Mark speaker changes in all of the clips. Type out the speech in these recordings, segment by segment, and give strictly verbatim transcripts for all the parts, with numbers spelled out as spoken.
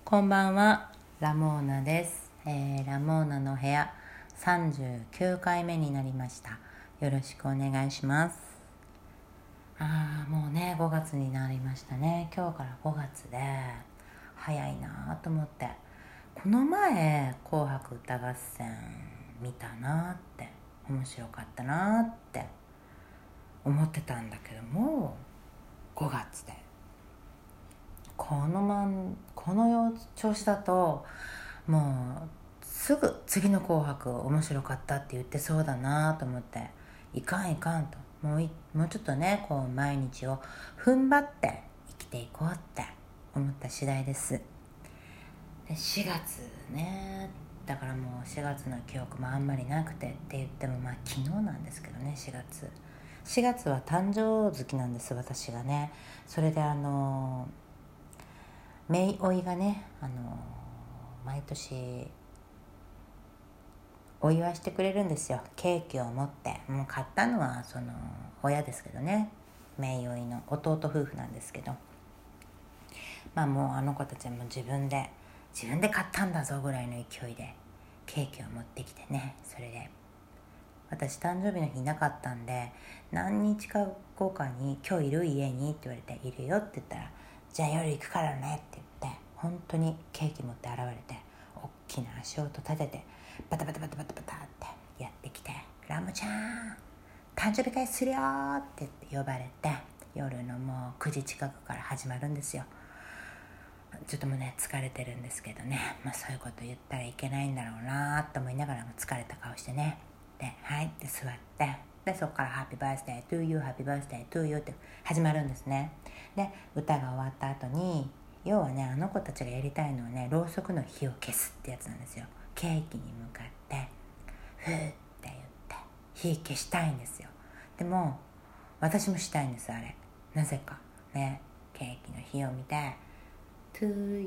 Speaker 1: こんばんは、ラモーナです、えー、ラモーナの部屋さんじゅうきゅうかいめになりました。よろしくお願いします。あーもうねごがつになりましたね。今日からごがつで早いなと思って、この前紅白歌合戦見たなって、面白かったなって思ってたんだけども、ごがつでこのまんこの調子だともうすぐ次の紅白面白かったって言ってそうだなと思って、いかんいかんと、もういもうちょっとねこう毎日を踏ん張って生きていこうって思った次第です。でしがつね、だからもうしがつの記憶もあんまりなくてって言ってもまあ昨日なんですけどね。しがつしがつは誕生月なんです、私がね。それであのめいおいがね、あの毎年お祝いしてくれるんですよ。ケーキを持って。もう買ったのはその親ですけどね、めいおいの弟夫婦なんですけど、まあもうあの子たちはもう自分で自分で買ったんだぞぐらいの勢いでケーキを持ってきてね。それで私誕生日の日いなかったんで、何日か後かに今日いる家にって言われて、いるよって言ったら、じゃあ夜行くからねって言って、本当にケーキ持って現れて、大きな足音立ててバタバタバタバタバタってやってきて、ラムちゃん誕生日会するよって呼ばれて、夜のもうくじ近くから始まるんですよ。ちょっともうね疲れてるんですけどね、まあそういうこと言ったらいけないんだろうなと思いながらも、疲れた顔してね、ではいって座って、でそこからハッピーバースデートゥーユーハッピーバースデートゥーユーって始まるんですね。で歌が終わった後に、要はねあの子たちがやりたいのはね、ろうそくの火を消すってやつなんですよ。ケーキに向かってふーって言って火消したいんですよ。でも私もしたいんです、あれなぜかね。ケーキの火を見てTo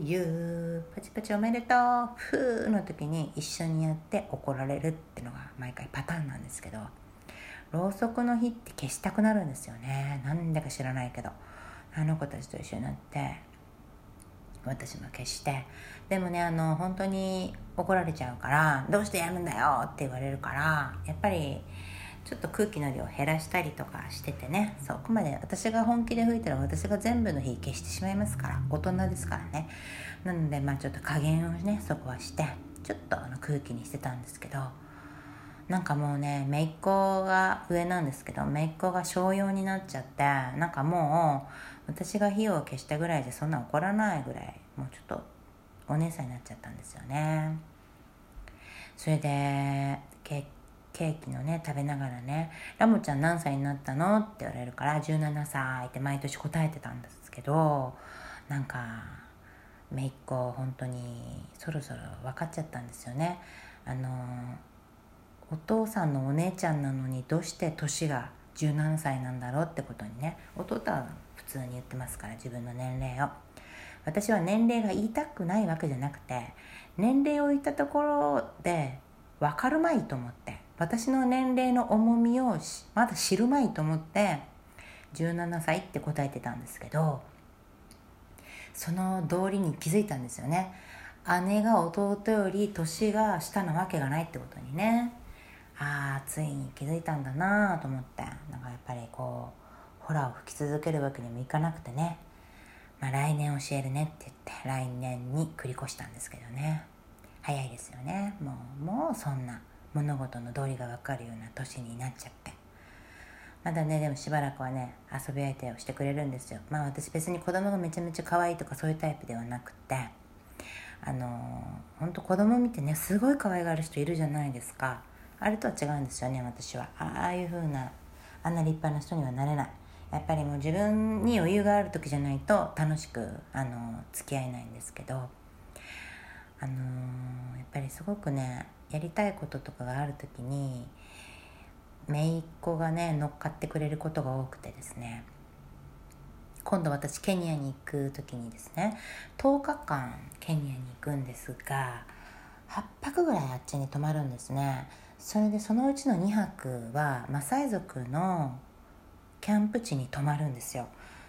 Speaker 1: you パチパチおめでとうふーの時に一緒にやって怒られるってのが毎回パターンなんですけど、ろうそくの火って消したくなるんですよね。なんでか知らないけど、あの子たちと一緒になって私も消して、でもねあの本当に怒られちゃうから、どうしてやるんだよって言われるから、やっぱりちょっと空気の量を減らしたりとかしててね、そこまで私が本気で吹いたら私が全部の火消してしまいますから、大人ですからね。なのでまあちょっと加減をねそこはして、ちょっとあの空気にしてたんですけど、なんかもうね姪っ子が上なんですけど、姪っ子が小よんになっちゃって、なんかもう私が火を消したぐらいじゃそんな怒らないぐらい、もうちょっとお姉さんになっちゃったんですよね。それで結ケーキのね食べながらね、ラムちゃん何歳になったのって言われるから、じゅうななさいって毎年答えてたんですけど、なんか姪っ子本当にそろそろ分かっちゃったんですよね。あのお父さんのお姉ちゃんなのにどうして年がじゅうななさいなんだろうってことにね、弟は普通に言ってますから、自分の年齢を。私は年齢が言いたくないわけじゃなくて、年齢を言ったところで分かるまいと思って、私の年齢の重みをまだ知るまいと思ってじゅうななさいって答えてたんですけど、その道理に気づいたんですよね。姉が弟より年が下なわけがないってことにね。ああついに気づいたんだなと思って、なんかやっぱりこうホラーを吹き続けるわけにもいかなくてね、まあ、来年教えるねって言って来年に繰り越したんですけどね。早いですよね。もうもうそんな物事の道理が分かるような年になっちゃって、まだねでもしばらくはね遊び相手をしてくれるんですよ。まあ私別に子供がめちゃめちゃ可愛いとかそういうタイプではなくて、あの本当子供見てねすごい可愛がる人いるじゃないですか。あれとは違うんですよね。私はああいう風なあんな立派な人にはなれない。やっぱりもう自分に余裕がある時じゃないと楽しくあの付き合えないんですけど、あのー、やっぱりすごくねやりたいこととかがある時に姪っ子がね乗っかってくれることが多くてですね、今度私ケニアに行く時にですね、とおかかんケニアに行くんですが、はっぱくぐらいあっちに泊まるんですね。それでそのうちのにはくはマサイ族のキャンプ地に泊まるんですよ。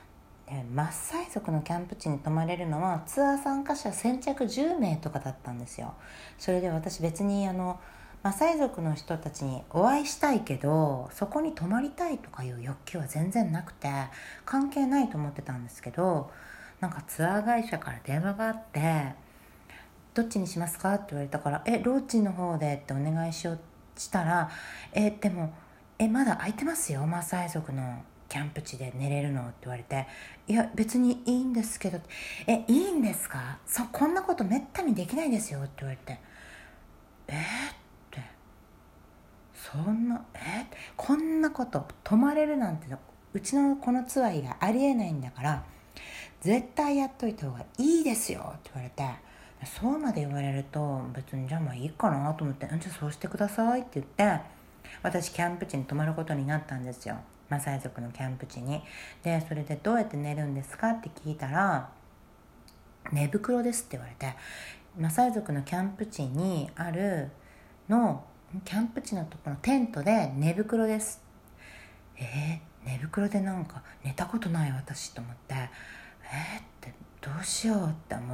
Speaker 1: でマッサイ族のキャンプ地に泊まれるのはツアー参加者先着じゅうめいとかだったんですよ。それで私別にあのマサイ族の人たちにお会いしたいけどそこに泊まりたいとかいう欲求は全然なくて関係ないと思ってたんですけど、なんかツアー会社から電話があってどっちにしますかって言われたからえローチの方でってお願いしようしたらえでもえまだ空いてますよマサイ族のキャンプ地で寝れるのって言われて、いや別にいいんですけど、えいいんですか、そこんなことめったにできないですよって言われて、えー、ってそんなえこんなこと泊まれるなんてうちのこのツアー以外ありえないんだから絶対やっといた方がいいですよって言われて、そうまで言われると別にじゃあまあいいかなと思って、じゃあそうしてくださいって言って私キャンプ地に泊まることになったんですよ、マサイ族のキャンプ地に。でそれでどうやって寝るんですかって聞いたら寝袋ですって言われて、マサイ族のキャンプ地にあるのキャンプ地のところのテントで寝袋です。えー、寝袋でなんか寝たことない私と思って、えー、ってどうしようって思った。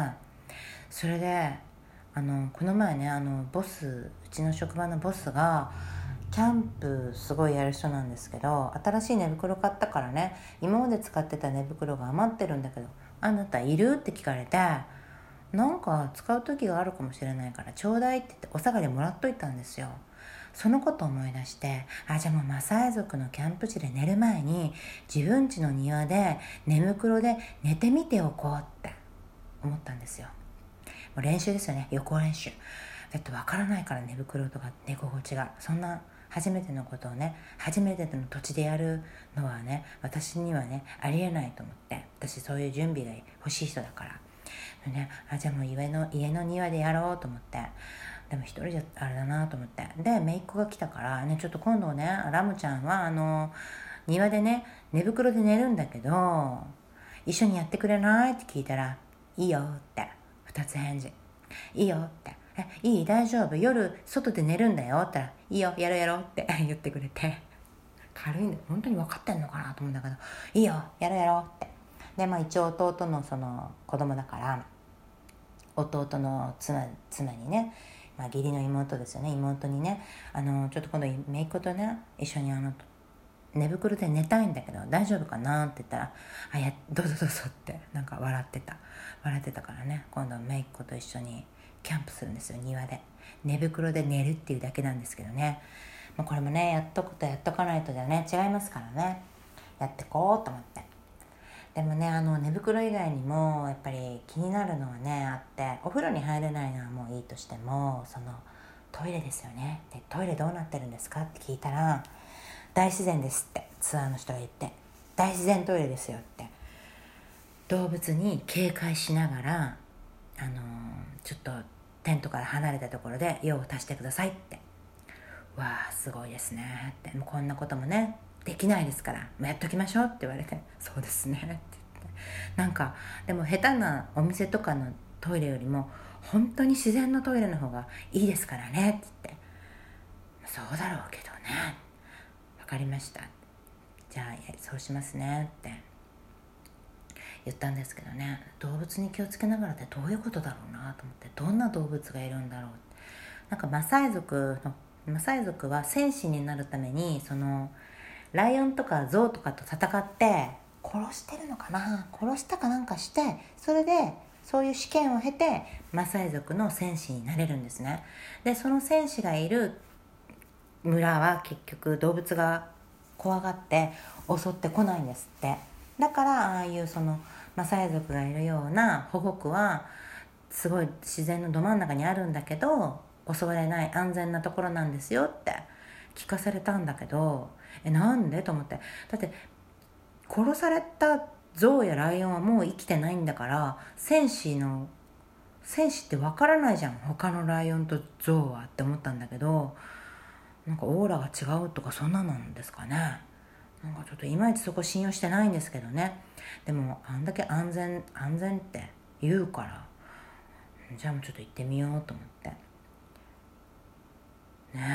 Speaker 1: それであのこの前ねあのボスうちの職場のボスがキャンプすごいやる人なんですけど、新しい寝袋買ったからね今まで使ってた寝袋が余ってるんだけどあなたいるって聞かれて、なんか使う時があるかもしれないからちょうだいって言ってお下がりもらっといたんですよ。そのことを思い出して、あじゃあもうマサイ族のキャンプ地で寝る前に自分家の庭で寝袋で寝てみておこうって思ったんですよ。もう練習ですよね、予行練習。だって分からないから寝袋とか寝心地が、そんな初めてのことをね初めての土地でやるのはね私にはねありえないと思って、私そういう準備が欲しい人だからね、あじゃあもう家の家の庭でやろうと思って、でも一人じゃあれだなと思って、で姪っ子が来たからね、ちょっと今度ねラムちゃんはあの庭でね寝袋で寝るんだけど一緒にやってくれないって聞いたらいいよって二つ返事、いいよって、えいい大丈夫夜外で寝るんだよって言ったらいいよやろうやろうって言ってくれて、軽いんで本当に分かってんのかなと思うんだけど、いいよやろうやろうって。でまあ一応弟のその子供だから弟の妻妻にね、まあ、義理の妹ですよね、妹にねあのちょっと今度姪っ子とね一緒にあの寝袋で寝たいんだけど大丈夫かなって言ったら、あいやどうぞどうぞってなんか笑ってた笑ってたからね、今度は姪っ子と一緒にキャンプするんですよ、庭で寝袋で寝るっていうだけなんですけどね、まあ、これもねやっとくとやっとかないとじゃね違いますからね、やってこうと思って。でもねあの寝袋以外にもやっぱり気になるのはねあって、お風呂に入れないのはもういいとしてもそのトイレですよね。でトイレどうなってるんですかって聞いたら大自然ですってツアーの人が言って、大自然トイレですよって、動物に警戒しながらあのー、ちょっとテントから離れたところで用を足してくださいって、わあすごいですねって、もうこんなこともねできないですからもうやっときましょうって言われて、そうですねって言って、なんかでも下手なお店とかのトイレよりも本当に自然のトイレの方がいいですからねって言って、そうだろうけどね分かりましたじゃあそうしますねって言ったんですけどね、動物に気をつけながらってどういうことだろうなと思って、どんな動物がいるんだろう。なんかマサイ族のマサイ族は戦士になるためにそのライオンとかゾウとかと戦って殺してるのかな、殺したかなんかして、それでそういう試験を経てマサイ族の戦士になれるんですね。でその戦士がいる村は結局動物が怖がって襲ってこないんですって。だからああいうそのマサイ族がいるような保護区はすごい自然のど真ん中にあるんだけど襲われない安全なところなんですよって聞かされたんだけど、えなんでと思って、だって殺されたゾウやライオンはもう生きてないんだから戦士の戦士ってわからないじゃん他のライオンとゾウはって思ったんだけど、なんかオーラが違うとかそんななんですかね。なんかちょっといまいちそこ信用してないんですけどね。でもあんだけ安全安全って言うからじゃあもうちょっと行ってみようと思ってね。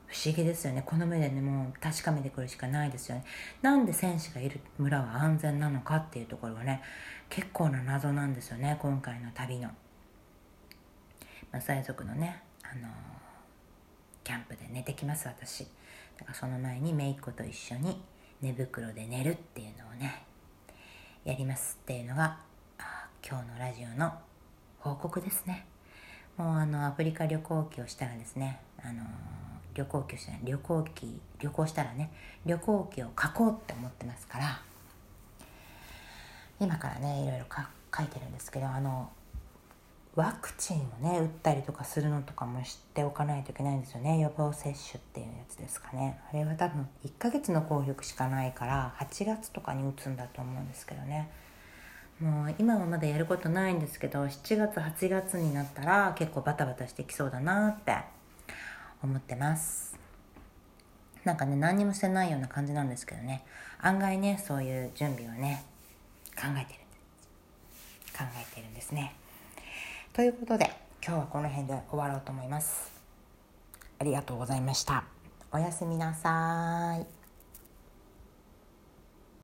Speaker 1: 不思議ですよね。この目でねもう確かめてくるしかないですよね。なんで戦士がいる村は安全なのかっていうところはね結構な謎なんですよね、今回の旅の。マサイ族のね、あのー、キャンプで寝てきます私。だからその前に姪っ子と一緒に寝袋で寝るっていうのをねやりますっていうのが今日のラジオの報告ですね。もうあのアフリカ旅行記をしたらですね、あのー、旅行記をしたら旅行記旅行したらね旅行記を書こうって思ってますから、今からねいろいろ書いてるんですけど、あのワクチンをね打ったりとかするのとかも知っておかないといけないんですよね。予防接種っていうやつですかね。あれは多分いっかげつの効力しかないからはちがつとかに打つんだと思うんですけどね。もう今はまだやることないんですけど、しちがつはちがつになったら結構バタバタしてきそうだなって思ってます。なんかね何にもしてないような感じなんですけどね、案外ねそういう準備をね考えてる考えてるんですね。ということで今日はこの辺で終わろうと思います。ありがとうございました。おやすみなさい。